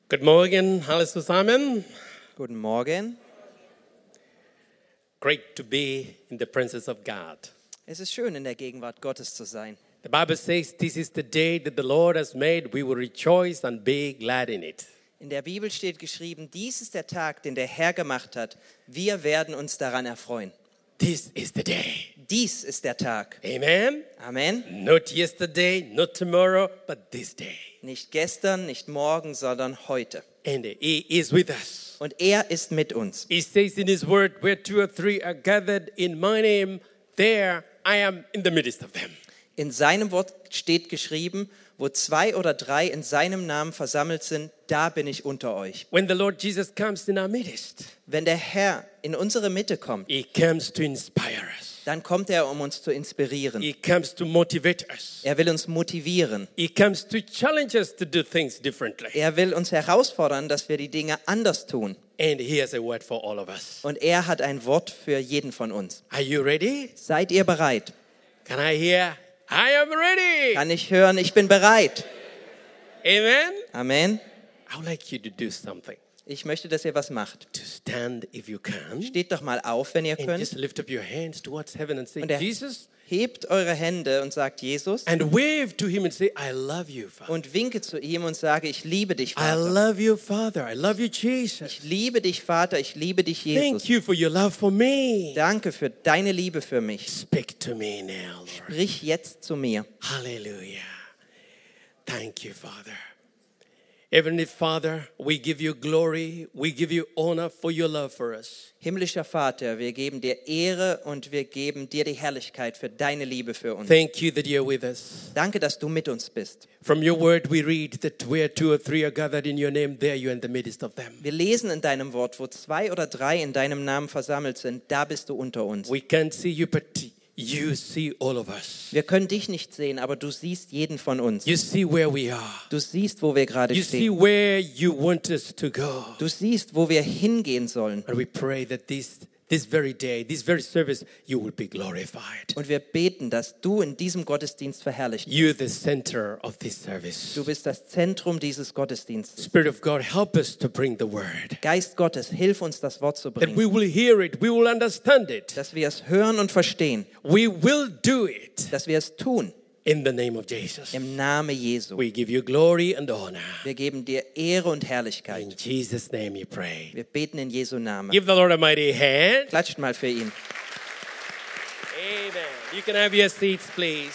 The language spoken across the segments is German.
Guten Morgen, alles zusammen. Guten Morgen. Great to be in the presence of God. Es ist schön, in der Gegenwart Gottes zu sein. The Bible says, this is the day that the Lord has made. We will rejoice and be glad in it. In der Bibel steht geschrieben, dies ist der Tag, den der Herr gemacht hat. Wir werden uns daran erfreuen. This is the day. Dies ist der Tag. Amen. Amen. Not yesterday, not tomorrow, but this day. Nicht gestern, nicht morgen, sondern heute. And He is with us. Und er ist mit uns. He says in His word, where two or three are gathered in my name, there I am in the midst of them. In seinem Wort steht geschrieben, wo 2 oder 3 in seinem Namen versammelt sind, da bin ich unter euch. When the Lord Jesus comes in our midst, Wenn der Herr in unsere Mitte kommt, He comes to inspire us. dann kommt er, um uns zu inspirieren. He comes to motivate us. Er will uns motivieren. He comes to challenge us to do things differently. Er will uns herausfordern, dass wir die Dinge anders tun. And He has a word for all of us. Und er hat ein Wort für jeden von uns. Are you ready? Seid ihr bereit? Can I hear, I am ready? Kann ich hören, ich bin bereit. Amen? Amen. I would like you to do something. Ich möchte, dass ihr was macht. To stand if you can. Steht doch mal auf, wenn ihr And könnt. just lift up your hands towards heaven and say, Und er- Jesus. Hebt eure Hände und sagt Jesus And wave to Him and say, I love you, Father. und winke zu ihm und sage, ich liebe dich, I Vater. love you, Father. I love you, Jesus. Ich liebe dich, Vater, ich liebe dich, Thank Jesus. you for your love for me. Danke für deine Liebe für mich. Speak to me now, Lord. Sprich jetzt zu mir. Hallelujah. Thank you, Father. Heavenly Father, we give you glory, we give you honor for your love for us. Himmlischer Vater, wir geben dir Ehre und wir geben dir die Herrlichkeit für deine Liebe für uns. Thank you that you're with us. Danke, dass du mit uns bist. From your word we read that where two or three are gathered in your name, there you are in the midst of them. Wir lesen in deinem Wort, wo 2 oder 3 in deinem Namen versammelt sind, da bist du unter uns. We can't see you, but you see all of us. Wir können dich nicht sehen, aber du siehst jeden von uns. You see where we are. Du siehst, wo wir gerade You see stehen. where you want us to go. Du siehst, wo wir hingehen sollen. And we pray that this very day, this very service, you will be glorified. Und wir beten, dass du in diesem Gottesdienst verherrlicht wirst. You're the center of this service. Du bist das Zentrum dieses Gottesdienstes. Spirit of God, help us to bring the word. Geist Gottes, hilf uns, das Wort zu That bringen. we will hear it, we will understand it. Dass wir es hören und verstehen. We will do it Dass wir es tun. in the name of Jesus. Im Namen Jesu. We give you glory and honor. Wir geben dir Ehre und Herrlichkeit. In Jesus' name we pray. Wir beten in Jesu Namen. Give the Lord a mighty hand. Klatscht mal für ihn. Amen. You can have your seats, please.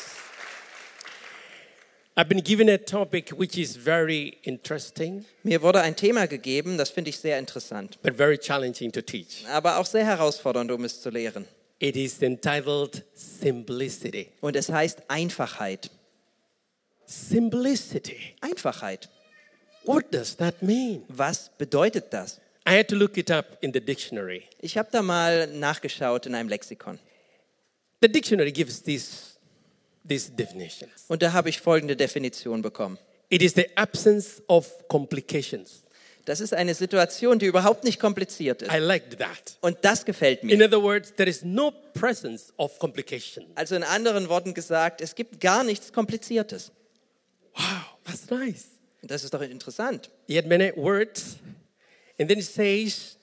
I've been given a topic which is very interesting, Mir wurde ein Thema gegeben, das finde ich sehr interessant, but very challenging to teach. aber auch sehr herausfordernd, um es zu lehren. It is entitled Simplicity. Und es heißt Einfachheit. Simplicity. Einfachheit. What does that mean? Was bedeutet das? I had to look it up in the dictionary. Ich habe da mal nachgeschaut in einem Lexikon. The dictionary gives these definitions. Und da habe ich folgende Definition bekommen. It is the absence of complications. Das ist eine Situation, die überhaupt nicht kompliziert ist. I liked that. Und das gefällt In mir. other words, there is no presence of complication. Also in anderen Worten gesagt, es gibt gar nichts Kompliziertes. Wow, that's nice. Und das ist doch interessant. He had many words. And then it says,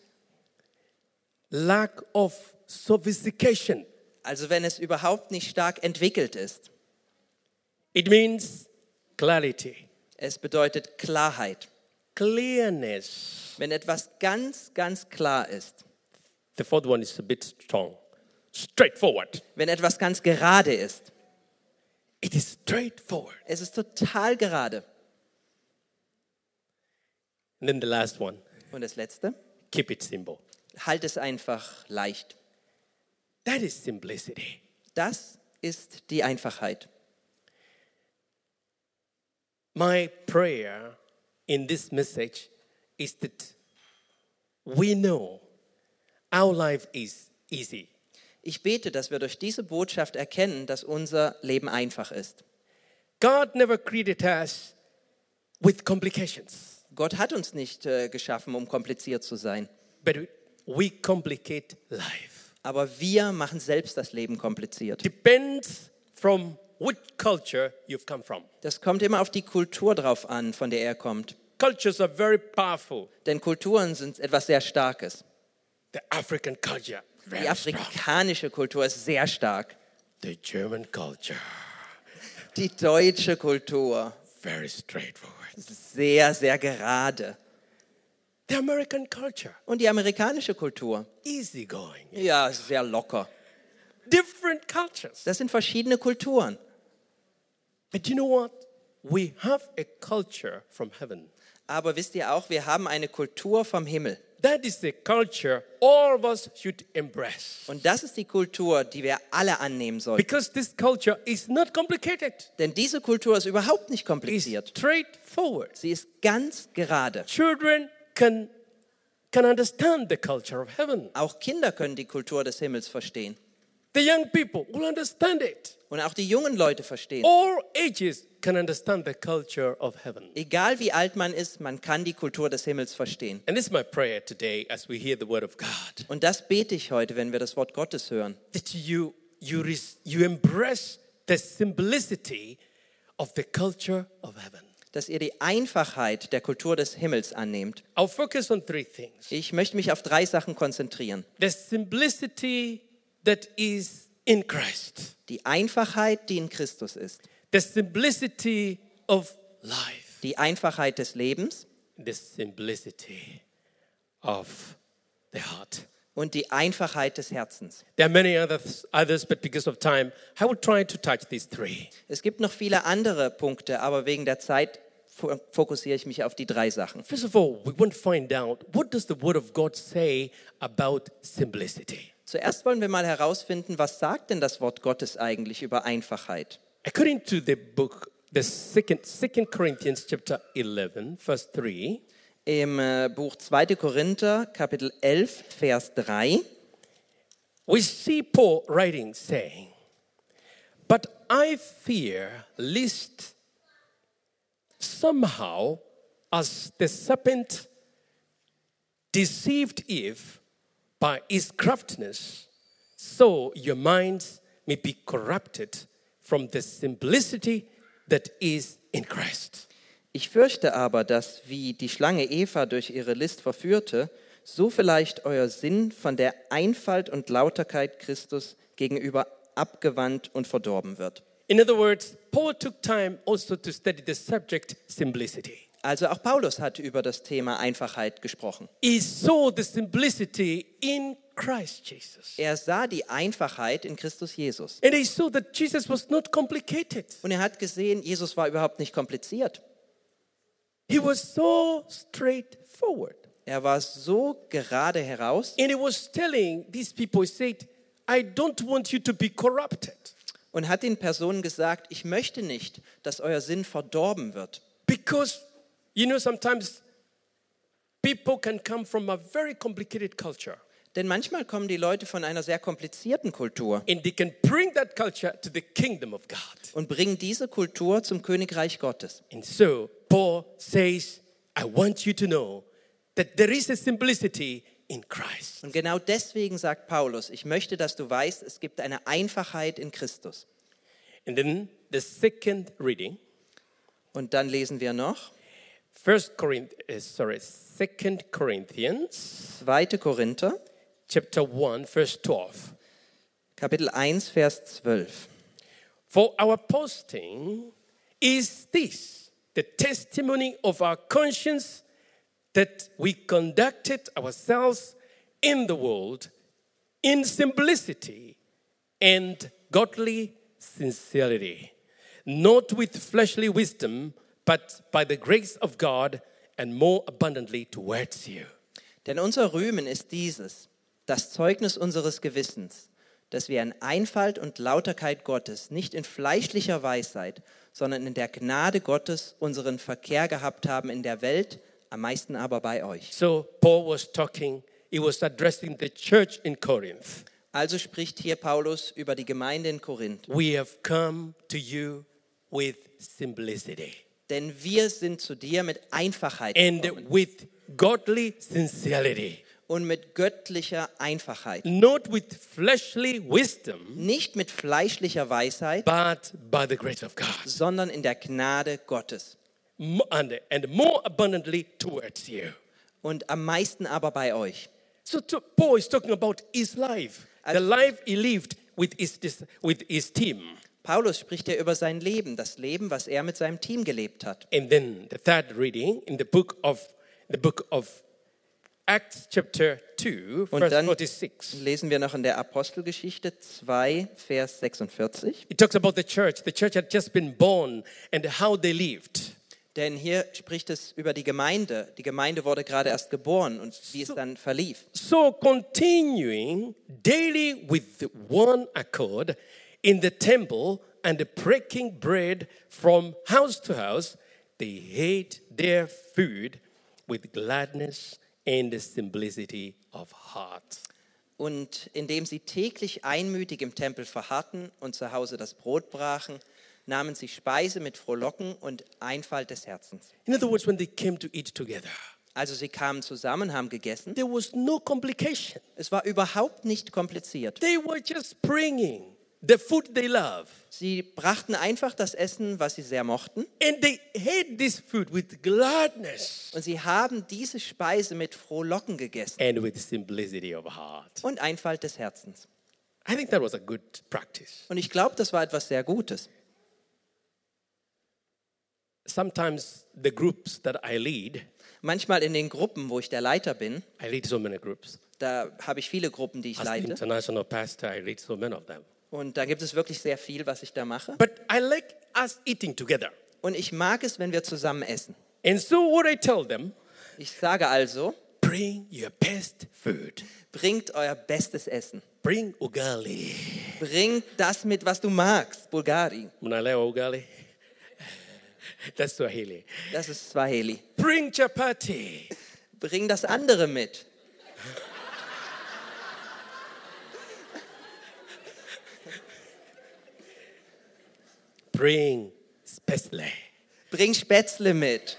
lack of sophistication. Also wenn es überhaupt nicht stark entwickelt ist. It means clarity, Es bedeutet Klarheit. clearness. Wenn etwas ganz, ganz klar ist. The fourth one is a bit strong. Straightforward. Wenn etwas ganz gerade ist. It is straightforward. Es ist total gerade. And then the last one, Und das Letzte, keep it simple. halt es einfach leicht. That is simplicity. Das ist die Einfachheit. My prayer in this message is that we know our life is easy. Ich bete, dass wir durch diese Botschaft erkennen, dass unser Leben einfach ist. God never created us with complications, Gott hat uns nicht geschaffen, um kompliziert zu sein. but we complicate life. Aber wir machen selbst das Leben kompliziert. Depends from which culture you've come from. Das kommt immer auf die Kultur drauf an, von der er kommt. cultures are very powerful. Denn Kulturen sind etwas sehr Starkes. The African culture, very Die strong. afrikanische Kultur ist sehr stark. The German culture, Die deutsche Kultur very straightforward. ist sehr, sehr gerade. The American culture, Und die amerikanische Kultur, easygoing. ja, sehr locker. Different cultures. Das sind verschiedene Kulturen. But you know what? We have a culture from heaven. Aber wisst ihr auch, wir haben eine Kultur vom Himmel. That is the culture all of us should embrace. Und das ist die Kultur, die wir alle annehmen sollten. Because this culture is not complicated. Denn diese Kultur ist überhaupt nicht It's kompliziert. straightforward. Sie ist ganz gerade. Children can understand the culture of heaven. Auch Kinder können die Kultur des Himmels verstehen. The young people will understand it. Und auch die jungen Leute verstehen. All ages can understand the culture of heaven. Egal wie alt man ist, man kann die Kultur des Himmels verstehen. And this is my prayer today as we hear the word of God. Und das bete ich heute, wenn wir das Wort Gottes hören. That you embrace the simplicity of the culture of heaven. Dass ihr die Einfachheit der Kultur des Himmels annehmt. I'll focus on three things. Ich möchte mich auf 3 Sachen konzentrieren. The simplicity that is in Christ. Die Einfachheit, die in Christus ist. The simplicity of life. Die Einfachheit des Lebens The simplicity of the heart. und die Einfachheit des Herzens. There are many others, but because of time, I will try to touch these three. Es gibt noch viele andere Punkte, aber wegen der Zeit fokussiere ich mich auf die 3 Sachen. First of all, we want to find out, what does the Word of God say about simplicity? Zuerst wollen wir mal herausfinden, was sagt denn das Wort Gottes eigentlich über Einfachheit? According to the book, the second Corinthians chapter 11, verse 3, Im Buch 2. Korinther, Kapitel 11, Vers 3, we see Paul writing, saying, "But I fear lest somehow, as the serpent deceived Eve by his craftiness, so your minds may be corrupted from the simplicity that is in Christ." Ich fürchte aber, dass wie die Schlange Eva durch ihre List verführte, so vielleicht euer Sinn von der Einfalt und Lauterkeit Christus gegenüber abgewandt und verdorben wird. In other words, Paul took time also to study the subject simplicity. Also auch Paulus hatte über das Thema Einfachheit gesprochen. He saw the simplicity in Christ Jesus. Er sah die Einfachheit in Christus Jesus. And he saw that Jesus was not complicated. Und er hat gesehen, Jesus war überhaupt nicht kompliziert. He was so straightforward. Er war so gerade heraus And he was telling these people, he said, I don't want you to be corrupted. und hat den Personen gesagt, ich möchte nicht, dass euer Sinn verdorben wird. Because, you know, sometimes people can come from a very complicated culture. Denn manchmal kommen die Leute von einer sehr komplizierten Kultur And they can bring that culture to the kingdom of God. und bringen diese Kultur zum Königreich Gottes. And so Paul says, I want you to know that there is a simplicity in Christ. Und genau deswegen sagt Paulus, ich möchte, dass du weißt, es gibt eine Einfachheit in Christus. And then the second reading, Und dann lesen wir noch 2 Corinthians 2. Korinther, chapter 1, verse 12. Kapitel 1, Vers 12. For our boasting is this, the testimony of our conscience, that we conducted ourselves in the world in simplicity and godly sincerity, not with fleshly wisdom, but by the grace of God and more abundantly towards you. Denn unser Rühmen ist dieses, das Zeugnis unseres Gewissens, dass wir in Einfalt und Lauterkeit Gottes, nicht in fleischlicher Weisheit, sondern in der Gnade Gottes unseren Verkehr gehabt haben in der Welt, am meisten aber bei euch. So Paul was talking, he was addressing the church in Corinth. Also spricht hier Paulus über die Gemeinde in Korinth. We have come to you with simplicity Denn wir sind zu dir mit Einfachheit and gekommen with godly sincerity, und mit göttlicher Einfachheit. not with fleshly wisdom, Nicht mit fleischlicher Weisheit, but by the grace of God. sondern in der Gnade Gottes. and more abundantly towards you. und am meisten aber bei euch. So Paul is talking about his life, the life he lived with his team. Paulus spricht ja über sein Leben, das Leben, was er mit seinem Team gelebt hat. And then the third reading in the book of Acts chapter 2, Und verse dann 46. lesen wir noch in der Apostelgeschichte 2, Vers 46. It talks about the church. The church had just been born and how they lived. Denn hier spricht es über die Gemeinde. Die Gemeinde wurde gerade erst geboren und wie es dann verlief. So continuing daily with one accord in the temple and breaking bread from house to house, they ate their food with gladness and the simplicity of heart. Und indem sie täglich einmütig im Tempel verharrten und zu Hause das Brot brachen, nahmen sie Speise mit Frohlocken und Einfalt des Herzens. In other words, when they came to eat together, Also sie kamen zusammen, haben gegessen. there was no complication. Es war überhaupt nicht kompliziert. They were just bringing the food they love. Sie brachten einfach das Essen, was sie sehr mochten. And they ate this food with gladness Und sie haben diese Speise mit Frohlocken gegessen and with simplicity of heart. und Einfalt des Herzens. I think that was a good practice. Und ich glaube, das war etwas sehr Gutes. Sometimes the groups that I lead, Manchmal in den Gruppen, wo ich der Leiter bin, I lead so many groups. da habe ich viele Gruppen, die ich As the leite. international pastor, I lead so many of them. Und da gibt es wirklich sehr viel, was ich da mache. But I like us eating together. Und ich mag es, wenn wir zusammen essen. And so what I tell them, Ich sage also, bring your best food. bringt euer bestes Essen. Bring ugali. Bringt das mit, was du magst, Bulgari. Mnalewa ugali. That's Swahili. Das ist Swahili. Bring chapati. Bring das andere mit. Bring spätzle. Bring Spätzle mit.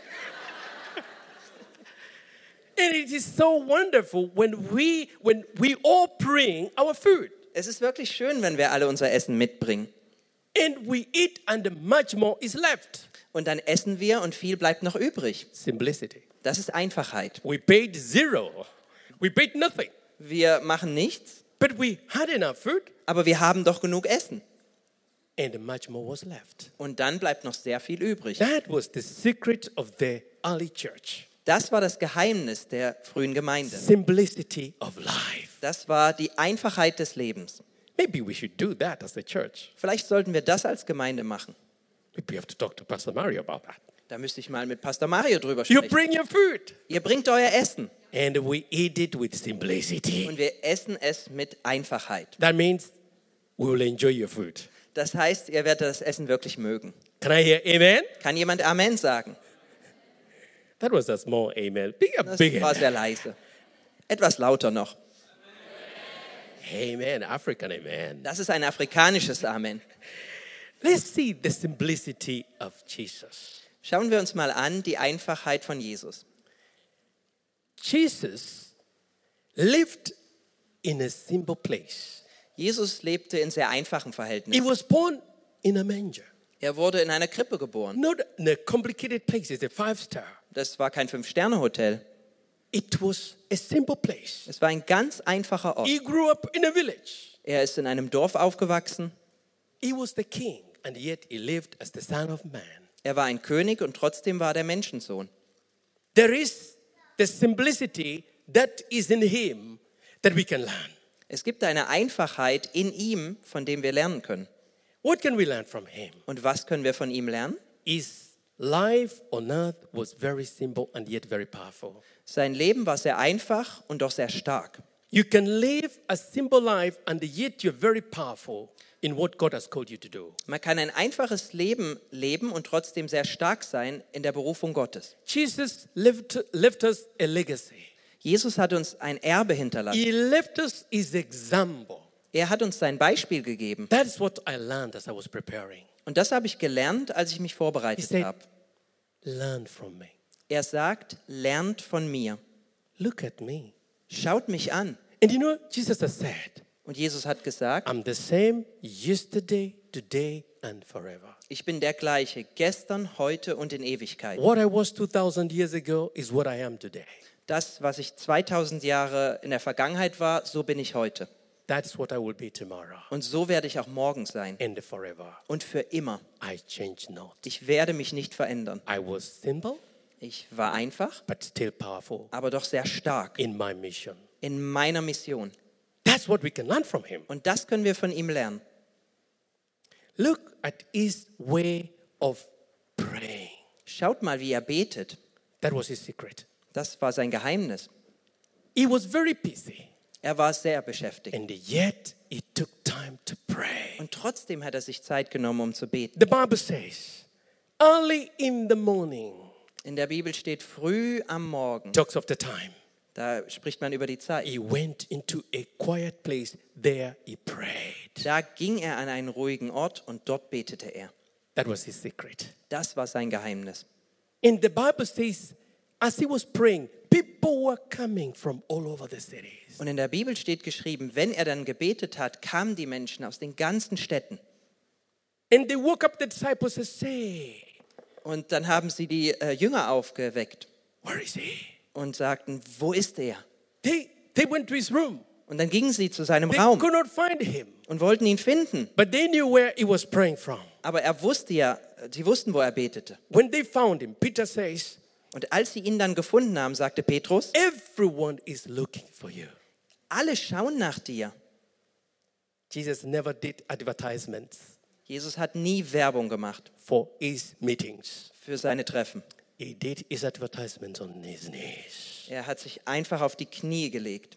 And it is so wonderful when we all bring our food. Es ist wirklich schön, wenn wir alle unser Essen mitbringen. And we eat and much more is left. Und dann essen wir und viel bleibt noch übrig. Simplicity. Das ist Einfachheit. We paid zero. We paid nothing. Wir machen nichts, But we had enough food aber wir haben doch genug Essen. and much more was left. Und dann bleibt noch sehr viel übrig. That was the secret of the early church. Das war das Geheimnis der frühen Gemeinde. Simplicity of life. Das war die Einfachheit des Lebens. Maybe we should do that as a church. Vielleicht sollten wir das als Gemeinde machen. Maybe we have to talk to Pastor Mario about that. Da müsste ich mal mit Pastor Mario drüber You sprechen. bring your food Ihr bringt euer Essen and we eat it with simplicity. und wir essen es mit Einfachheit. That means we will enjoy your food. Das heißt, ihr werdet das Essen wirklich mögen. Can I hear amen? Kann jemand Amen sagen? That was a small amen. Big a Das big war amen. sehr leise. Etwas lauter noch. Amen. African amen. Das ist ein afrikanisches Amen. Let's see the simplicity of Jesus. Schauen wir uns mal an die Einfachheit von Jesus. Jesus lived in a simple place. Jesus lebte in sehr einfachen He Verhältnissen. was born in a manger, Er wurde in einer Krippe geboren. not in a complicated place. It's a 5-star. Das war kein 5-Sterne-Hotel. It was a simple place. Es war ein ganz einfacher Ort. He grew up in a village. Er ist in einem Dorf aufgewachsen. He was the king, and yet he lived as the son of man. Er war ein König und trotzdem war er der Menschensohn. There is the simplicity that is in him that we can learn. Es gibt eine Einfachheit in ihm, von dem wir lernen können. What can we learn from him? Und was können wir von ihm lernen? His life on earth was very simple and yet very powerful. Sein Leben war sehr einfach und doch sehr stark. You can live a simple life and yet you're very powerful in what God has called you to do. Man kann ein einfaches Leben leben und trotzdem sehr stark sein in der Berufung Gottes. Jesus left us a legacy. Jesus hat uns ein Erbe hinterlassen. He left us his example. Er hat uns sein Beispiel gegeben. That's what I learned as I was preparing. Und das habe ich gelernt, als ich mich He vorbereitet said, habe. learn from me. Er sagt, lernt von mir. Look at me. Schaut mich an. And you know, Jesus has said, Und Jesus hat gesagt, I'm the same yesterday, today, and forever. Ich bin der gleiche, gestern, heute und in Ewigkeit. What I was 2,000 years ago is what I am today. Das, was ich 2000 Jahre in der Vergangenheit war, so bin ich heute. That is what I will be tomorrow Und so werde ich auch morgen sein. and forever. Und für immer. I change not. Ich werde mich nicht verändern. I was simple, Ich war einfach, but still powerful aber doch sehr stark in my mission. in meiner Mission. That's what we can learn from him. Und das können wir von ihm lernen. Look at his way of praying. Schaut mal, wie er betet. That was his secret. Das war sein Geheimnis. He was very busy, Er war sehr beschäftigt. and yet he took time to pray. Und trotzdem hat er sich Zeit genommen, um zu beten. The Bible says, early in the morning, In der Bibel steht früh am Morgen. talks of the time, Da spricht man über die Zeit. he went into a quiet place. There he prayed. Da ging er an einen ruhigen Ort und dort betete er. That was his secret. Das war sein Geheimnis. And the Bible says, as he was praying, people were coming from all over the cities. Und in der Bibel steht geschrieben, wenn er dann gebetet hat, kamen die Menschen aus den ganzen Städten. And they woke up the disciples and say, Und dann haben sie die Jünger aufgeweckt where is he? und sagten, wo ist er? They went to his room. Und dann gingen sie zu seinem They Raum could not find him. und wollten ihn finden. But they knew where he was praying from. Aber er wusste ja, sie wussten, wo er betete. When they found him, Peter says, Und als sie ihn dann gefunden haben, sagte Petrus, everyone is looking for you. alle schauen nach dir. Jesus never did advertisements Jesus hat nie Werbung gemacht for his meetings. für seine Treffen. He did his advertisements on his knees. Er hat sich einfach auf die Knie gelegt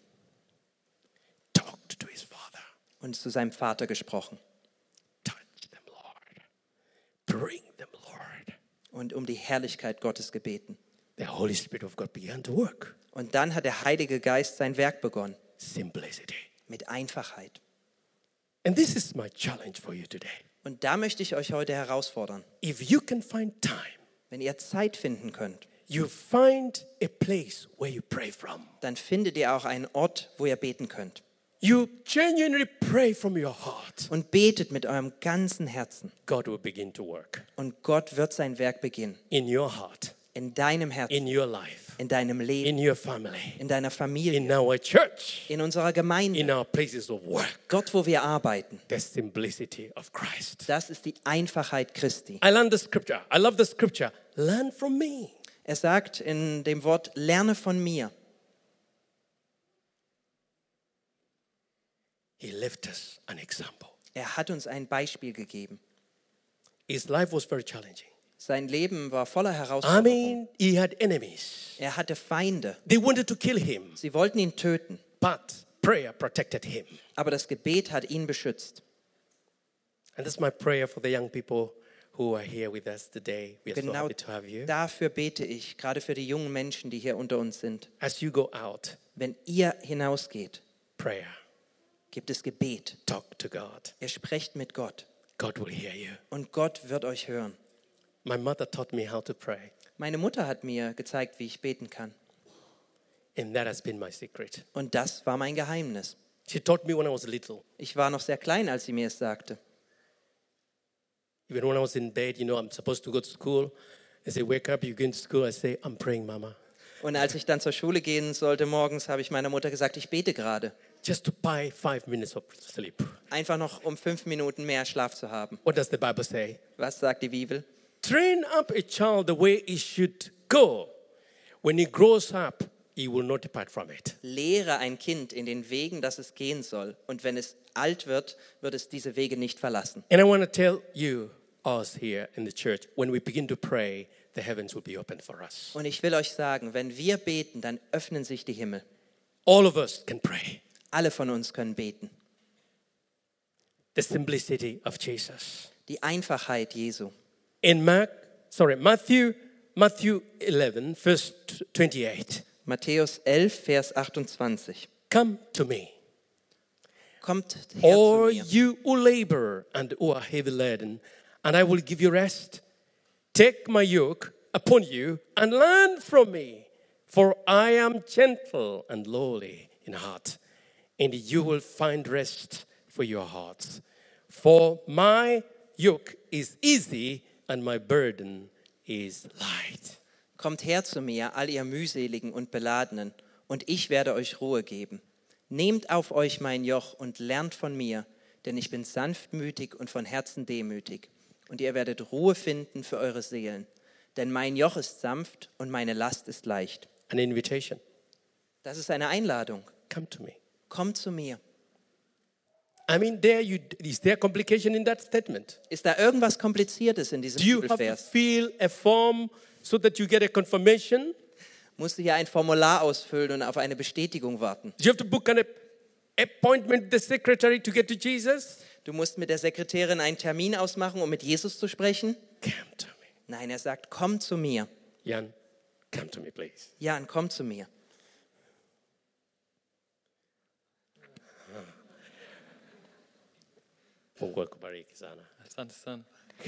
Talked to his Father. und zu seinem Vater gesprochen Touch them, Lord. Bring them, Lord. und um die Herrlichkeit Gottes gebeten. The Holy Spirit of God began to work. Und dann hat der Heilige Geist sein Werk begonnen, Simplicity. mit Einfachheit. And this is my challenge for you today. Und da möchte ich euch heute herausfordern. If you can find time, Wenn ihr Zeit finden könnt, you find a place where you pray from. dann findet ihr auch einen Ort, wo ihr beten könnt. You genuinely pray from your heart. Und betet mit eurem ganzen Herzen. God will begin to work Und Gott wird sein Werk beginnen. in your heart, In deinem Herzen, in your life, in deinem Leben, in your family, in deiner Familie, in our church, in unserer in Gemeinde, our places of work. dort, wo wir arbeiten. The simplicity of Christ. Das ist die Einfachheit Christi. I learned the scripture. I love the scripture. Learn from me. Er sagt in dem Wort, lerne von mir. He left us an example. Er hat uns ein Beispiel gegeben. His life was very challenging. Sein Leben war voller I Herausforderungen. mean, he had enemies. Er hatte Feinde. They wanted to kill him, Sie wollten ihn töten, but prayer protected him. aber das Gebet hat ihn beschützt. And that's my prayer for the young people who are here with us today. We are so Genau happy to have you. dafür bete ich, gerade für die jungen Menschen, die hier unter uns sind. As you go out, Wenn ihr hinausgeht, prayer, gibt es Gebet. talk to God. Ihr sprecht mit Gott God will hear you. und Gott wird euch hören. My mother taught me how to pray, Meine Mutter hat mir gezeigt, wie ich beten kann. and that has been my secret. Und das war mein Geheimnis. She taught me when I was little. Ich war noch sehr klein, als sie mir es sagte. Even when I was in bed, I'm supposed to go to school. They say, wake up, you go into school. I say, I'm praying, Mama. Und als ich dann zur Schule gehen sollte morgens, habe ich meiner Mutter gesagt, ich bete gerade. Just to buy 5 minutes of sleep. Einfach noch, um 5 Minuten mehr Schlaf zu haben. What does the Bible say? Was sagt die Bibel? Train up a child the way he should go. When he grows up, he will not depart from it. Lehre ein Kind in den Wegen, dass es gehen soll. Und wenn es alt wird, wird es diese Wege nicht verlassen. And I want to tell you, us here in the church, when we begin to pray, the heavens will be open for us. Und ich will euch sagen, wenn wir beten, dann öffnen sich die Himmel. All of us can pray. Alle von uns können beten. The simplicity of Jesus. Die Einfachheit Jesu. In Matthew 11, verse 28. Matthäus 11, Vers 28. Come to me, Kommt her all zu mir, you who labor and who are heavy laden, and I will give you rest. Take my yoke upon you and learn from me, for I am gentle and lowly in heart, and you will find rest for your hearts. For my yoke is easy and my burden is light. Kommt her zu mir, all ihr mühseligen und Beladenen, und ich werde euch Ruhe geben. Nehmt auf euch mein Joch und lernt von mir, denn ich bin sanftmütig und von Herzen demütig. Und ihr werdet Ruhe finden für eure Seelen. Denn mein Joch ist sanft und meine Last ist leicht. An invitation. Das ist eine Einladung. Come to me. Kommt zu mir. I mean, is there complication in that statement? Ist da irgendwas Kompliziertes in diesem Do you have to Bibelvers? fill a form so that you get a confirmation? Musst du hier ein Formular ausfüllen und auf eine Bestätigung warten? Do you have to book an appointment with the secretary to get to Jesus? Du musst mit der Sekretärin einen Termin ausmachen, um mit Jesus zu sprechen? Come to me. Nein, er sagt, komm zu mir. Jan, come to me, please. Jan, komm zu mir. Mungu akubariki sana. Asante sana.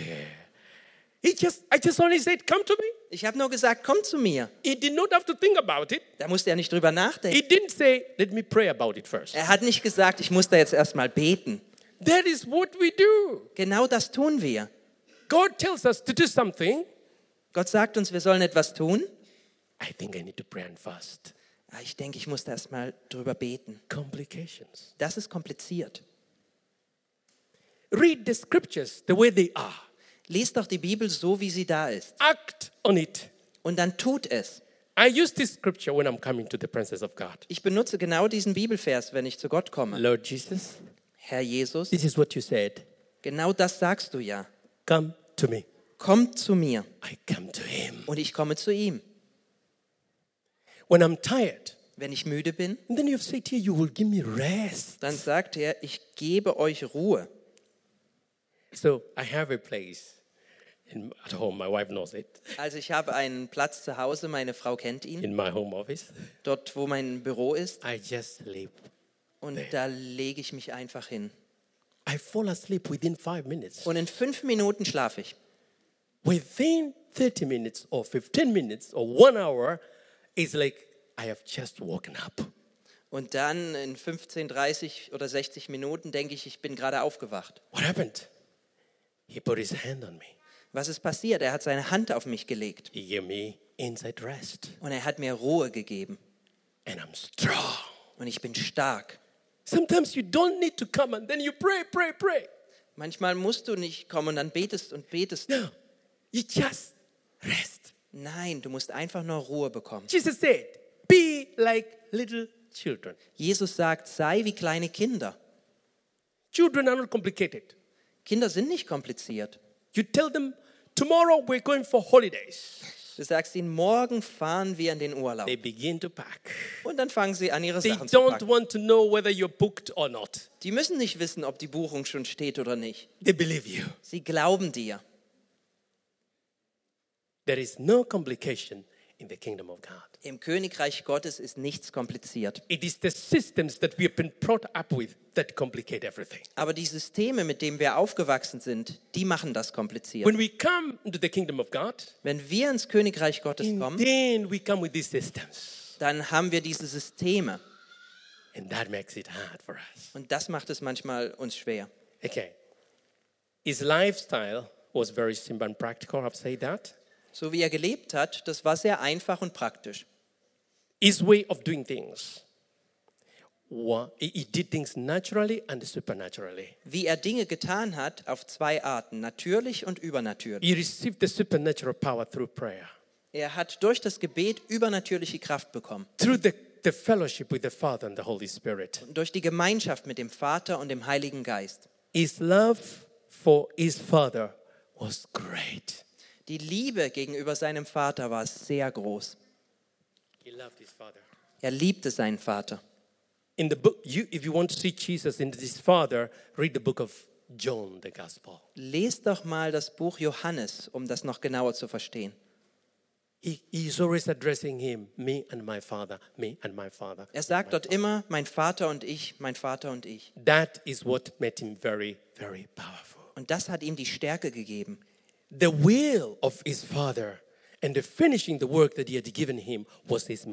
I just only said, come to me. Ich habe nur gesagt, komm zu mir. He did not have to think about it. Da musste er nicht drüber nachdenken. He didn't say, let me pray about it first. Er hat nicht gesagt, ich muss da jetzt erstmal beten. That is what we do. Genau das tun wir. God tells us to do something. Gott sagt uns, wir sollen etwas tun. I think I need to pray and fast. Ich denke, ich muss da erstmal drüber beten. Complications. Das ist kompliziert. Read the scriptures the way they are. Lies doch die Bibel so, wie sie da ist. Act on it. Und dann tut es. I use this scripture when I'm coming to the presence of God. Ich benutze genau diesen Bibelvers, wenn ich zu Gott komme. Lord Jesus, Herr Jesus, this is what you said. genau das sagst du ja. Come to me. Kommt zu mir. I come to him. Und ich komme zu ihm. When I'm tired, Wenn ich müde bin, and then you've said here, you will give me rest. dann sagt er, ich gebe euch Ruhe. So I have a place at home. My wife knows it. Also ich habe einen Platz zu Hause, meine Frau kennt ihn, In my home office, dort wo mein Büro ist. I just sleep. Und da lege ich mich einfach hin. I fall asleep within 5 minutes. Und in 5 Minuten schlafe ich. Within 30 minutes or 15 minutes or 1 hour, it's like I have just woken up. Und dann in 15, 30 oder 60 Minuten denke ich, ich bin gerade aufgewacht. What happened? He put his hand on me. Was ist passiert? Er hat seine Hand auf mich gelegt. He gave me inside rest. Und er hat mir Ruhe gegeben. And I'm strong. Und ich bin stark. Sometimes you don't need to come and then you pray. Manchmal musst du nicht kommen und dann betest und betest. No, you just rest. Nein, du musst einfach nur Ruhe bekommen. Jesus said, be like little children. Jesus sagt, sei wie kleine Kinder. Children are not complicated. Kinder sind nicht kompliziert. You tell them, tomorrow we're going for holidays. Du sagst ihnen, morgen fahren wir in den Urlaub. They begin to pack. Und dann fangen sie an, ihre They Sachen zu don't packen. want to know whether you're booked or not. Die müssen nicht wissen, ob die Buchung schon steht oder nicht. They believe you. Sie glauben dir. There is no complication in the kingdom of God. Im Königreich Gottes ist nichts kompliziert. It is the systems that we have been brought up with that complicate everything. Aber die Systeme, mit denen wir aufgewachsen sind, die machen das kompliziert. When we come into the kingdom of God, Wenn wir ins Königreich Gottes kommen, then we come with these systems. dann haben wir diese Systeme. And that makes it hard for us. Und das macht es manchmal uns schwer. Okay. His lifestyle was very simple and practical. I've said that. So wie er gelebt hat, das war sehr einfach und praktisch. His way of doing things. He did things naturally and supernaturally. Wie er Dinge getan hat, auf 2 Arten, natürlich und übernatürlich. He received the supernatural power through prayer, Er hat durch das Gebet übernatürliche Kraft bekommen. through the fellowship with the Father and the Holy Spirit. Und durch die Gemeinschaft mit dem Vater und dem Heiligen Geist. His love for his Father was great. Die Liebe gegenüber seinem Vater war sehr groß. He loved his Father. Er liebte seinen Vater. In the book, if you want to see Jesus in his Father, read the book of John, the Gospel. Lest doch mal das Buch Johannes, um das noch genauer zu verstehen. He's always addressing him, me and my Father, me and my Father. Er sagt dort immer, mein Vater und ich, mein Vater und ich. That is what made him very, very powerful. Und das hat ihm die Stärke gegeben. The will of his Father and the finishing the work that he had given him was his meat.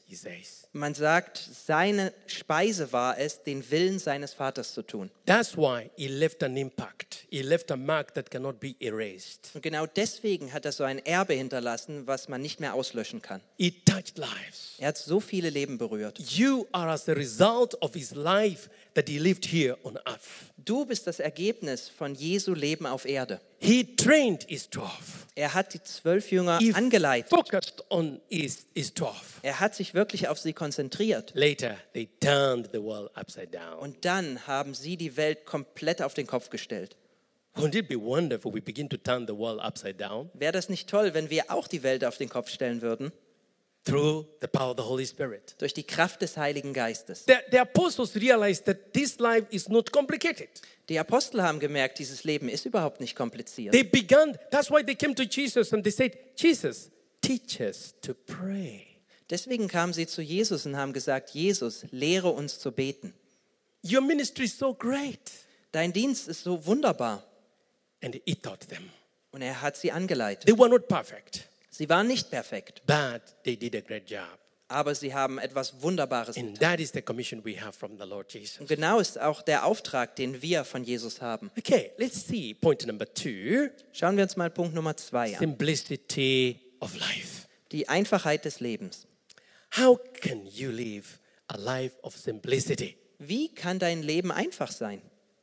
he says. Man sagt, seine Speise war es, den Willen seines Vaters zu tun. That's why he left an impact. He left a mark that cannot be erased. Und genau deswegen hat er so ein Erbe hinterlassen, was man nicht mehr auslöschen kann. He touched lives. Er hat so viele Leben berührt. You are as a result of his life that he lived here on earth. Du bist das Ergebnis von Jesu Leben auf Erde. He trained his 12. Er hat die 12 Jünger He angeleitet. focused on his 12. Er hat sich wirklich auf sie konzentriert. Later, they turned the world upside down. Und dann haben sie die Welt komplett auf den Kopf gestellt. Wouldn't it be wonderful we begin to turn the world upside down Wäre das nicht toll, wenn wir auch die Welt auf den Kopf stellen würden? through the power of the Holy Spirit? Durch die Kraft des Heiligen Geistes. The apostles realized that this life is not complicated. Die Apostel haben gemerkt, dieses Leben ist überhaupt nicht kompliziert. They began, that's why they came to Jesus and they said, Jesus, teach us to pray. Deswegen kamen sie zu Jesus und haben gesagt, Jesus, lehre uns zu beten. Your ministry is so great. Dein Dienst ist so wunderbar. And he taught them. Und er hat sie angeleitet. They were not perfect, Sie waren nicht perfekt, but they did a great job. aber sie haben etwas Wunderbares And getan. that is the commission we have from the Lord Jesus. Und genau ist auch der Auftrag, den wir von Jesus haben. Okay, let's see point number 2, Schauen wir uns mal Punkt Nummer 2 an. simplicity of life. Die Einfachheit des Lebens. How can you live a life of simplicity? Wie kann dein Leben einfach sein?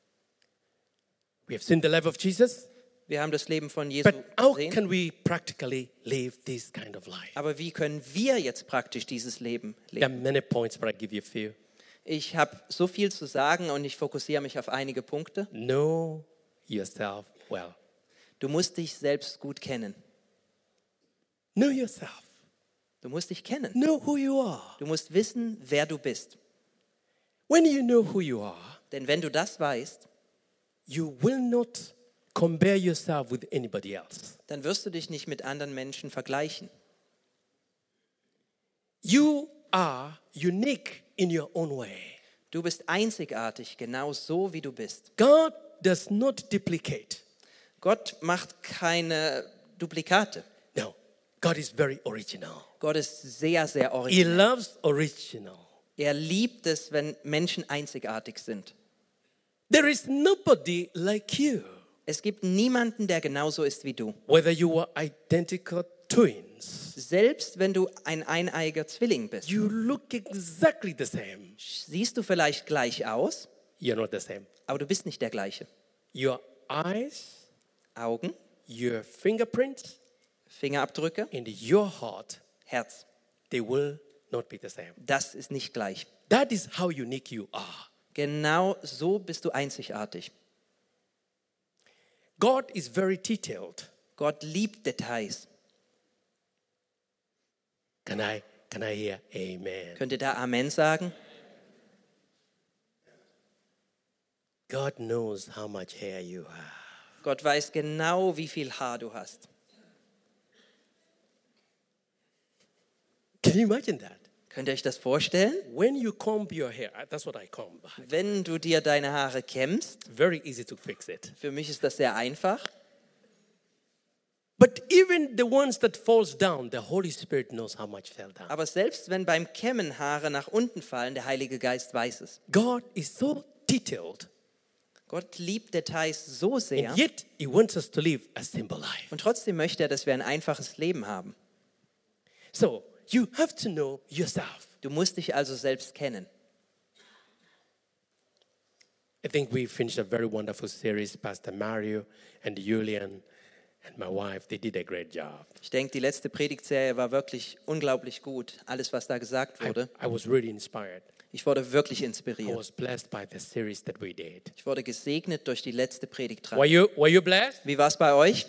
We have seen the life of Jesus, Wir haben das Leben von Jesu but how gesehen. can we practically live this kind of life? Aber wie können wir jetzt praktisch dieses Leben There are leben? many points, but I give you a few. Ich habe so viel zu sagen und ich fokussiere mich auf einige Punkte. Know yourself well. Du musst dich selbst gut kennen. Know yourself. Du musst dich kennen. Know who you are. Du musst wissen, wer du bist. When you know who you are, Denn wenn du das weißt, you will not compare yourself with anybody else. dann wirst du dich nicht mit anderen Menschen vergleichen. You are unique in your own way. Du bist einzigartig, genau so wie du bist. God does not duplicate. Gott macht keine Duplikate. No, God is very original. Gott ist sehr, sehr He originell. loves original. Er liebt es, wenn Menschen einzigartig sind. There is nobody like you. Es gibt niemanden, der genauso ist wie du. Whether you are identical twins, Selbst wenn du ein eineiiger Zwilling bist, you look exactly the same. siehst du vielleicht gleich aus, You're not the same. aber du bist nicht der gleiche. Your eyes, Augen, your fingerprints, Fingerabdrücke, and your heart, Herz, they will not be the same. das ist nicht gleich. That is how unique you are. Genau so bist du einzigartig. God is very detailed. Gott liebt Details. Can I hear amen? Könnt ihr da Amen sagen? God knows how much hair you have. Gott weiß genau, wie viel Haar du hast. Can you imagine that? Könnt ihr euch das vorstellen? When you comb your hair, that's what I comb. Wenn du dir deine Haare kämmst, Very easy to fix it. für mich ist das sehr einfach. But even the ones that falls down, the Holy Spirit knows how much fell down. Aber selbst wenn beim Kämmen Haare nach unten fallen, der Heilige Geist weiß es. God is so detailed, Gott liebt Details so sehr and yet He wants us to live a simple life. und trotzdem möchte er, dass wir ein einfaches Leben haben. So you have to know yourself. Du musst dich also selbst kennen. I think we finished a very wonderful series. Pastor Mario and Julian and my wife, they did a great job. Ich denke, die letzte Predigtserie war wirklich unglaublich gut. Alles, was da gesagt wurde. I was really inspired. Ich wurde wirklich I inspiriert. was blessed by the series that we did. Ich wurde gesegnet durch die letzte Predigtreihe. Were you blessed? Wie war es bei euch?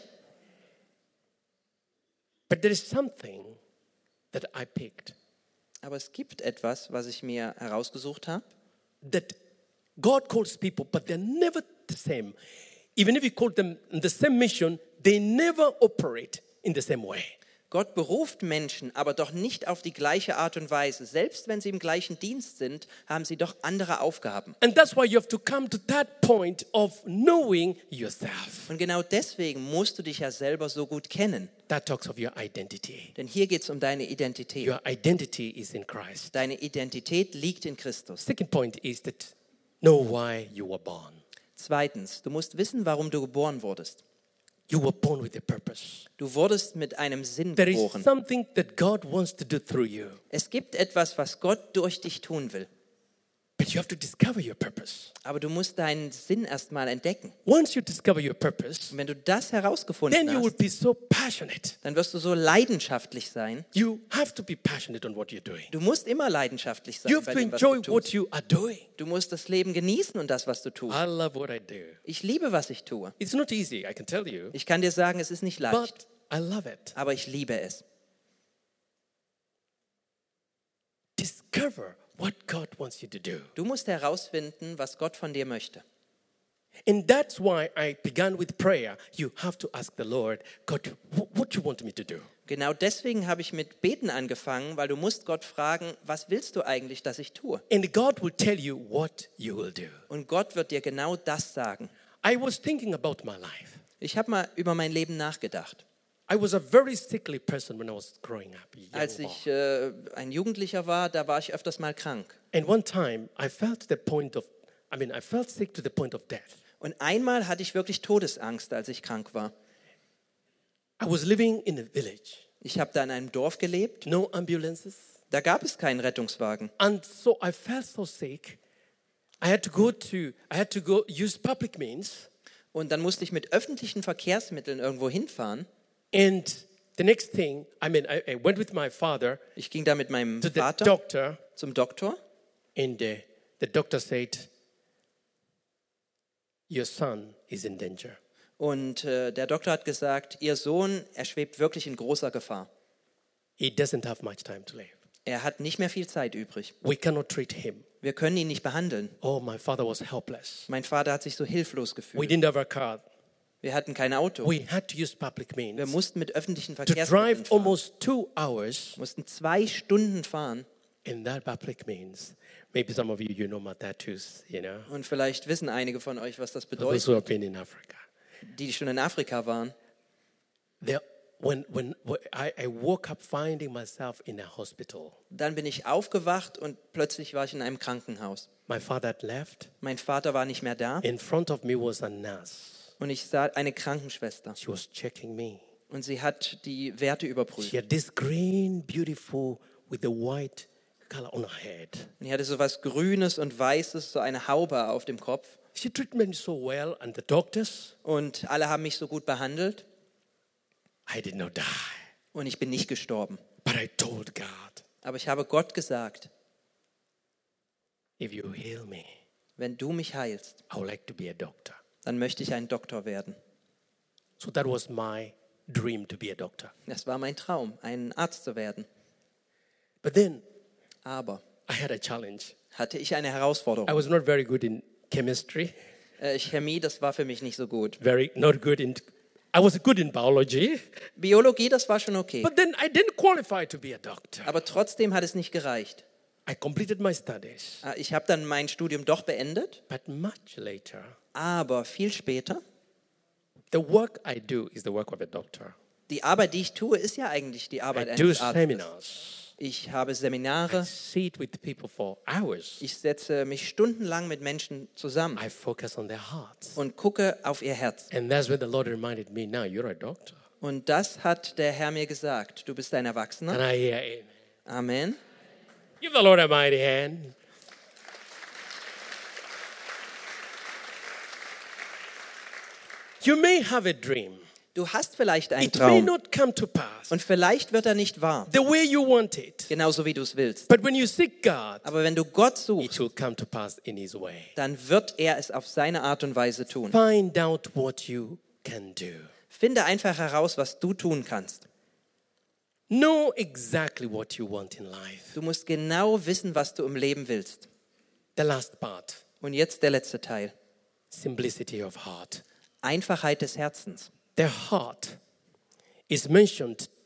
But there is something that I picked Aber es gibt etwas, was ich mir herausgesucht habe. that God calls people, but they're never the same. Even if you call them in the same mission, they never operate in the same way. Gott beruft Menschen, aber doch nicht auf die gleiche Art und Weise. Selbst wenn sie im gleichen Dienst sind, haben sie doch andere Aufgaben. And that's why you have to come to that point of knowing yourself. Und genau deswegen musst du dich ja selber so gut kennen. That talks of your identity. Denn hier geht es um deine Identität. Your identity is in Christ. Deine Identität liegt in Christus. Second point is that know why you were born. Zweitens, du musst wissen, warum du geboren wurdest. You were born with a purpose. Du wurdest mit einem Sinn There is geboren. something that God wants to do through you. Es gibt etwas, was Gott durch dich tun will. But you have to discover your purpose. Aber du musst deinen Sinn erstmal entdecken. Once you discover your purpose, Und wenn du das herausgefunden then you will hast, be so passionate. dann wirst du so leidenschaftlich sein. You have to be passionate on what you're doing. Du musst immer leidenschaftlich sein You have bei to dem, was enjoy du what tust. you are doing. Du musst das Leben genießen und das, was du tust. I love what I do. Ich liebe, was ich tue. It's not easy, I can tell you, Ich kann dir sagen, es ist nicht leicht, but I love it. aber ich liebe es. Discover what God wants you to do. Du musst herausfinden, was Gott von dir möchte. And that's why I began with prayer. You have to ask the Lord, God, what do you want me to do? Genau deswegen habe ich mit Beten angefangen, weil du musst Gott fragen, was willst du eigentlich, dass ich tue? And God will tell you what you will do. Und Gott wird dir genau das sagen. I was thinking about my life. Ich habe mal über mein Leben nachgedacht. I was a very sickly person when I was growing up. Als young ich boy. ein Jugendlicher war, da war ich öfters mal krank. And one time I felt I felt sick to the point of death. Und einmal hatte ich wirklich Todesangst, als ich krank war. I was living in a village, Ich habe da in einem Dorf gelebt, no ambulances. da gab es keinen Rettungswagen. And so I felt so sick. I had to go use public means. Und dann musste ich mit öffentlichen Verkehrsmitteln irgendwo hinfahren. And the next thing, I went with my father Ich ging da mit meinem to the Vater doctor, zum Doktor and the doctor said, your son is in danger. und der Doktor hat gesagt, Ihr Sohn, er schwebt wirklich in großer Gefahr. He doesn't have much time to live. Er hat nicht mehr viel Zeit übrig. We cannot treat him. Wir können ihn nicht behandeln. Oh, my father was helpless. Mein Vater hat sich so hilflos We gefühlt. didn't have a car. Wir hatten kein Auto. We had to use public Wir means mussten mit öffentlichen to Verkehrsmitteln drive fahren. almost 2 hours Mussten 2 Stunden fahren. in that public means. Maybe some of you know Matatus, Und vielleicht wissen einige von euch, was das those bedeutet, who have been in Africa. die schon in Afrika waren. When I woke up finding myself in a hospital. Dann bin ich aufgewacht und plötzlich war ich in einem Krankenhaus. My father had left. Mein Vater war nicht mehr da In front of me was a nurse. und ich sah eine Krankenschwester She was checking me. und sie hat die Werte She überprüft. had this green, beautiful, with a white color on her head. Und die hatte so was Grünes und Weißes, so eine Haube auf dem Kopf. She treated me so well, and the doctors, Und alle haben mich so gut behandelt I did not die. und ich bin nicht gestorben. But I told God, Aber ich habe Gott gesagt, if you heal me, wenn du mich heilst, I would like to be a doctor. dann möchte ich ein Doktor werden. So that was my dream, to be a doctor. Das war mein Traum, ein Arzt zu werden. But then Aber I had a challenge. hatte ich eine I Herausforderung. was not very good in chemistry, Chemie, das war für mich nicht so gut. I was good in biology, Biologie, das war schon okay. but then I didn't qualify to be a doctor. Aber trotzdem hat es nicht gereicht. I completed my studies, Ich habe dann mein Studium doch beendet, but much later, aber viel später, the work I do is the work of a doctor. die Arbeit, die ich tue, ist ja eigentlich die Arbeit I do eines Arztes. seminars. Ich habe I Seminare, sit with people for hours. ich setze mich stundenlang mit Menschen zusammen I focus on their hearts. und gucke auf ihr Herz. And that's when the Lord reminded me, now you're a doctor. Und das hat der Herr mir gesagt. Du bist ein Erwachsener. And I hear amen. Amen. Give the Lord a mighty hand. You may have a dream. Du hast vielleicht einen It may Traum not come to pass und vielleicht wird er nicht wahr, the way you want it. genauso wie du es willst. But when you seek God, Aber wenn du Gott it suchst, will come to pass in His way. dann wird er es auf seine Art und Weise tun. Find out what you can do. Finde einfach heraus, was du tun kannst. Know exactly what you want in life. Du musst genau wissen, was du im Leben willst. The last part, Und jetzt der letzte Teil. simplicity of heart. Einfachheit des Herzens. The heart is mentioned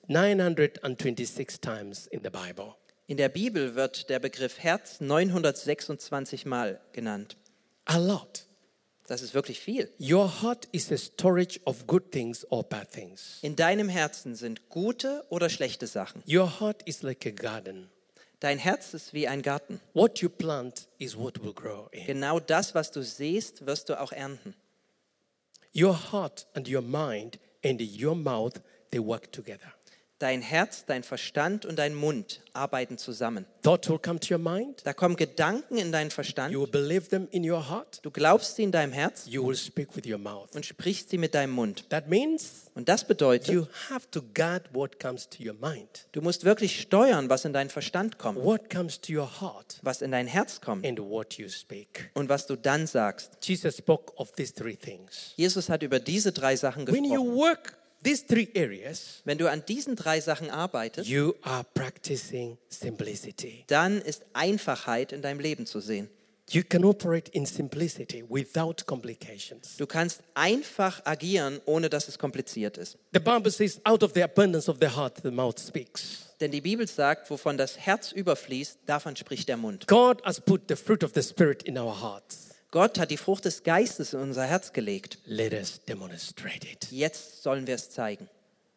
926 times in the Bible. In der Bibel wird der Begriff Herz 926 Mal genannt. A lot. Das ist wirklich viel. Your heart is a storage of good things or bad things. In deinem Herzen sind gute oder schlechte Sachen. Your heart is like a garden. Dein Herz ist wie ein Garten. What you plant is what will grow in. Genau das, was du siehst, wirst du auch ernten. Your heart and your mind and your mouth, they work together. Dein Herz, dein Verstand und dein Mund arbeiten zusammen. Thoughts will come to your mind. Da kommen Gedanken in deinen Verstand. You will believe them in your heart. Du glaubst sie in deinem Herz You will speak with your mouth. und sprichst sie mit deinem Mund. That means Und das bedeutet, you have to guard what comes to your mind, du musst wirklich steuern, was in deinen Verstand kommt, what comes to your heart, was in dein Herz kommt and what you speak. und was du dann sagst. Jesus spoke of these three things. Jesus hat über diese 3 Sachen When you gesprochen. work these 3 areas, Wenn du an diesen 3 Sachen arbeitest, you are practicing simplicity. dann ist Einfachheit in deinem Leben zu sehen. You can operate in simplicity without complications. Du kannst einfach agieren, ohne dass es kompliziert ist. The Bible says, out of the abundance of the heart, the mouth speaks. Denn die Bibel sagt, wovon das Herz überfließt, davon spricht der Mund. God has put the fruit of the Spirit in our hearts. Gott hat die Frucht des Geistes in unser Herz gelegt. Let us demonstrate it. Jetzt sollen wir es zeigen.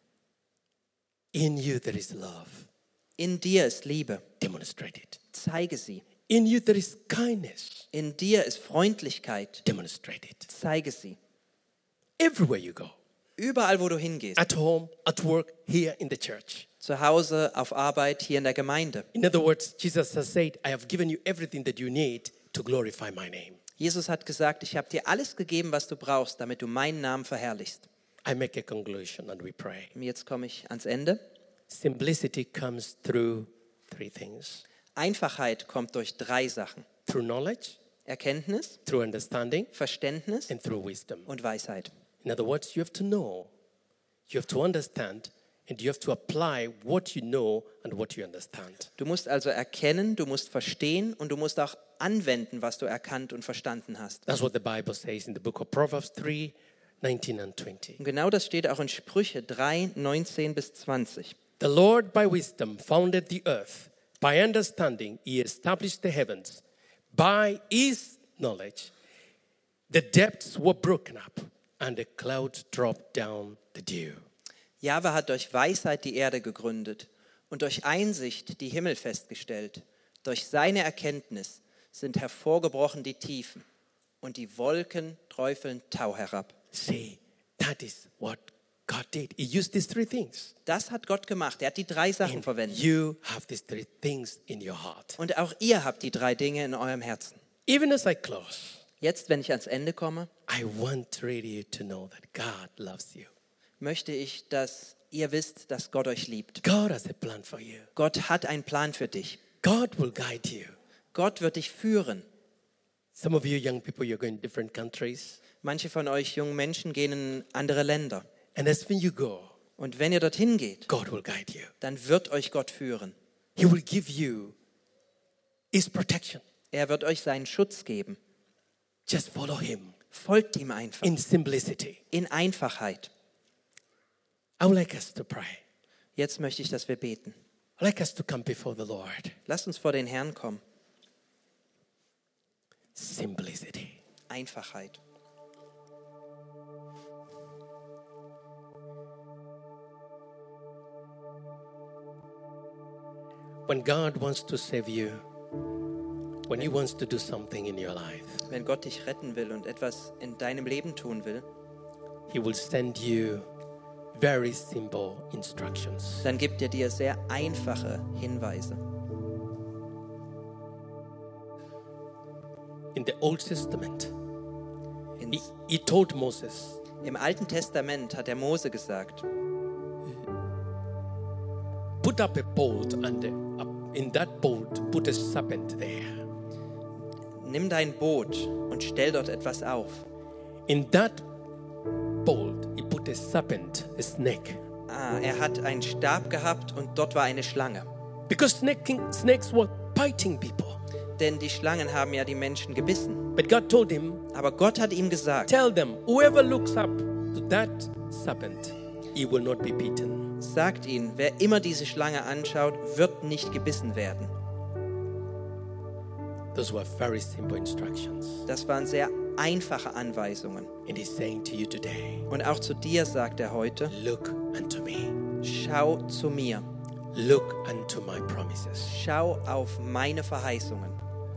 In you there is love. In dir ist Liebe. Demonstrate it. Zeige sie. In you there is kindness. In dir ist Freundlichkeit. Demonstrate it. Zeige sie. Everywhere you go. Überall, wo du hingehst. At home, at work, here in the church. Zu Hause, auf Arbeit, hier in der Gemeinde. In other words, Jesus has said, I have given you everything that you need to glorify my name. Jesus hat gesagt, ich habe dir alles gegeben, was du brauchst, damit du meinen Namen verherrlichst. I make a conclusion and we pray. Und jetzt komme ich ans Ende. Simplicity comes through 3 things. Einfachheit kommt durch 3 Sachen. Through knowledge, Erkenntnis, through understanding, Verständnis and through wisdom. und Weisheit. In other words, you have to know, you have to understand, and you have to apply what you know and what you understand. Du musst also erkennen, du musst verstehen und du musst auch anwenden, was du erkannt und verstanden hast. That's what the Bible says in the book of Proverbs 3, 19 and 20. Und genau das steht auch in Sprüche 3, 19 bis 20. The Lord by wisdom founded the earth. By understanding, he established the heavens. By his knowledge, the depths were broken up, and the clouds dropped down the dew. Jahwe hat durch Weisheit die Erde gegründet und durch Einsicht die Himmel festgestellt. Durch seine Erkenntnis sind hervorgebrochen die Tiefen und die Wolken träufeln Tau herab. See, that is what God did. He used these 3 things. Das hat Gott gemacht. Er hat die 3 Sachen And verwendet. you have these 3 things in your heart. Und auch ihr habt die 3 Dinge in eurem Herzen. Even as I close, Jetzt, wenn ich ans Ende komme, I want really you to know that God loves you. möchte ich, dass ihr wisst, dass Gott euch liebt. God has a plan for you. Gott hat einen Plan für dich. God will guide you. Gott wird dich führen. Some of you young people, you're going to different countries. Manche von euch jungen Menschen gehen in andere Länder. And as when you go, Und wenn ihr dorthin geht, God will guide you. dann wird euch Gott führen. He will give you his protection. Er wird euch seinen Schutz geben. Just follow him Folgt ihm einfach. in simplicity. In Einfachheit. I would like us to pray. Jetzt möchte ich, dass wir beten. I'd like us to come before the Lord. Lasst uns vor den Herrn kommen. Simplicity. Einfachheit. When God wants to save you, when he wants to do something in your life, Wenn Gott dich retten will und etwas in deinem Leben tun will, he will send you very simple instructions. dann gibt er dir sehr einfache Hinweise. In the Old Testament, In, he told Moses, Im Alten Testament hat der Mose gesagt, put up a bolt and in that bolt put a serpent there. nimm dein Boot und stell dort etwas auf. In that bolt he put a serpent, a snake. Er hat einen Stab gehabt und dort war eine Schlange. Because snakes were biting people. Denn die Schlangen haben ja die Menschen gebissen. But God told him, Aber Gott hat ihm gesagt, tell them, whoever looks up to that serpent, he will not be beaten. Sagt ihnen, wer immer diese Schlange anschaut, wird nicht gebissen werden. Those were very simple instructions. Das waren sehr einfache Anweisungen. And he's saying to you today, Und auch zu dir sagt er heute, look unto me. schau zu mir. Look unto my promises. Schau auf meine Verheißungen.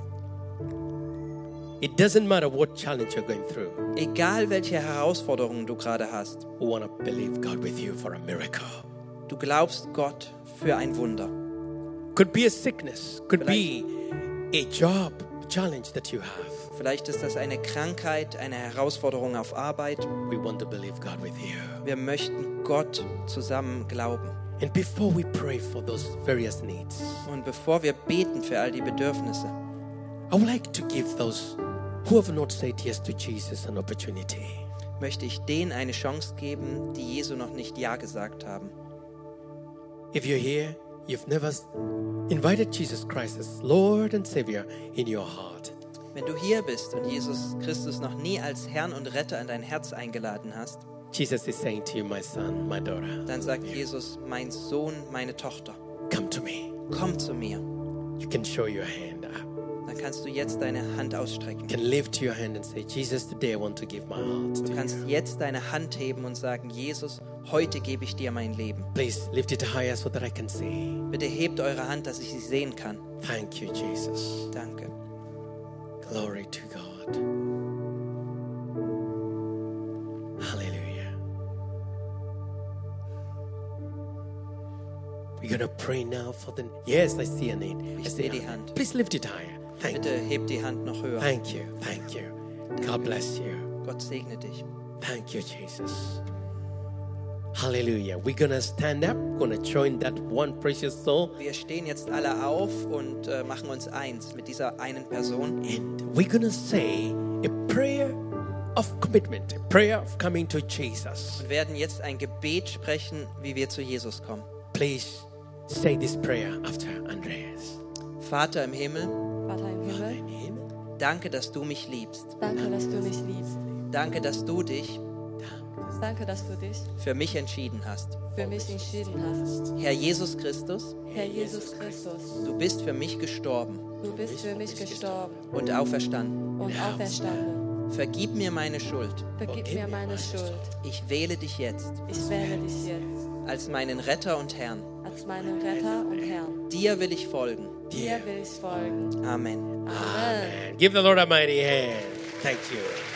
It doesn't matter what challenge you're going through. Egal welche Herausforderungen du gerade hast, We want to believe God with you for a miracle. du glaubst Gott für ein Wunder. Could be a sickness, could be a job challenge that you have. Vielleicht ist das eine Krankheit, eine Herausforderung auf Arbeit. We want to believe God with you. Wir möchten Gott zusammen glauben. And before we pray for those various needs, Und bevor wir beten für all die Bedürfnisse, I would like to give those who have not said yes to Jesus an opportunity. möchte ich denen eine Chance geben, die Jesu noch nicht Ja gesagt haben. If you're here, you've never invited Jesus Christ as Lord and Savior in your heart. Wenn du hier bist und Jesus Christus noch nie als Herrn und Retter in dein Herz eingeladen hast, Jesus is saying to you, my son, my daughter, dann sagt Jesus, mein Sohn, meine Tochter, come to me. komm zu mir. You can show your hand up. Dann kannst du jetzt deine Hand ausstrecken. You can lift your hand and say, Jesus, today I want to give my heart to Du kannst you. jetzt deine Hand heben und sagen, Jesus, heute gebe ich dir mein Leben. Please lift it higher so that I can see. Bitte hebt eure Hand, dass ich sie sehen kann. Thank you, Jesus. Danke. Glory to God. Hallelujah. We're going to pray now for the... Yes, I see a need. I see sehe a die hand. Hand. Please lift it higher. Thank Bitte you. hebt die Hand noch höher. Thank you. Thank you. God bless you. Gott segne dich. Thank you, Jesus. Hallelujah. We're going to stand up. We're going to join that one precious soul. Wir stehen jetzt alle auf und machen uns eins mit dieser einen Person. And we're going to say a prayer of commitment, a prayer of coming to Jesus. Und werden jetzt ein Gebet sprechen, wie wir zu Jesus kommen. Please say this prayer after Andreas. Vater im Himmel, Vater im Himmel, In him, danke, dass du mich liebst. danke, dass du mich liebst. Danke, dass du dich Danke, dass du dich für mich entschieden hast. für mich entschieden hast. Herr Jesus Christus, Herr Jesus Christus, du bist für mich gestorben du bist für mich gestorben und auferstanden. und auferstanden. Vergib mir meine Schuld. Vergib mir meine Schuld. Ich wähle dich jetzt Ich wähle dich jetzt als meinen Retter und Herrn. als meinen Retter und Herrn. Dir will ich folgen. Dir will ich folgen. Amen. Amen. Give the Lord a mighty hand. Thank you.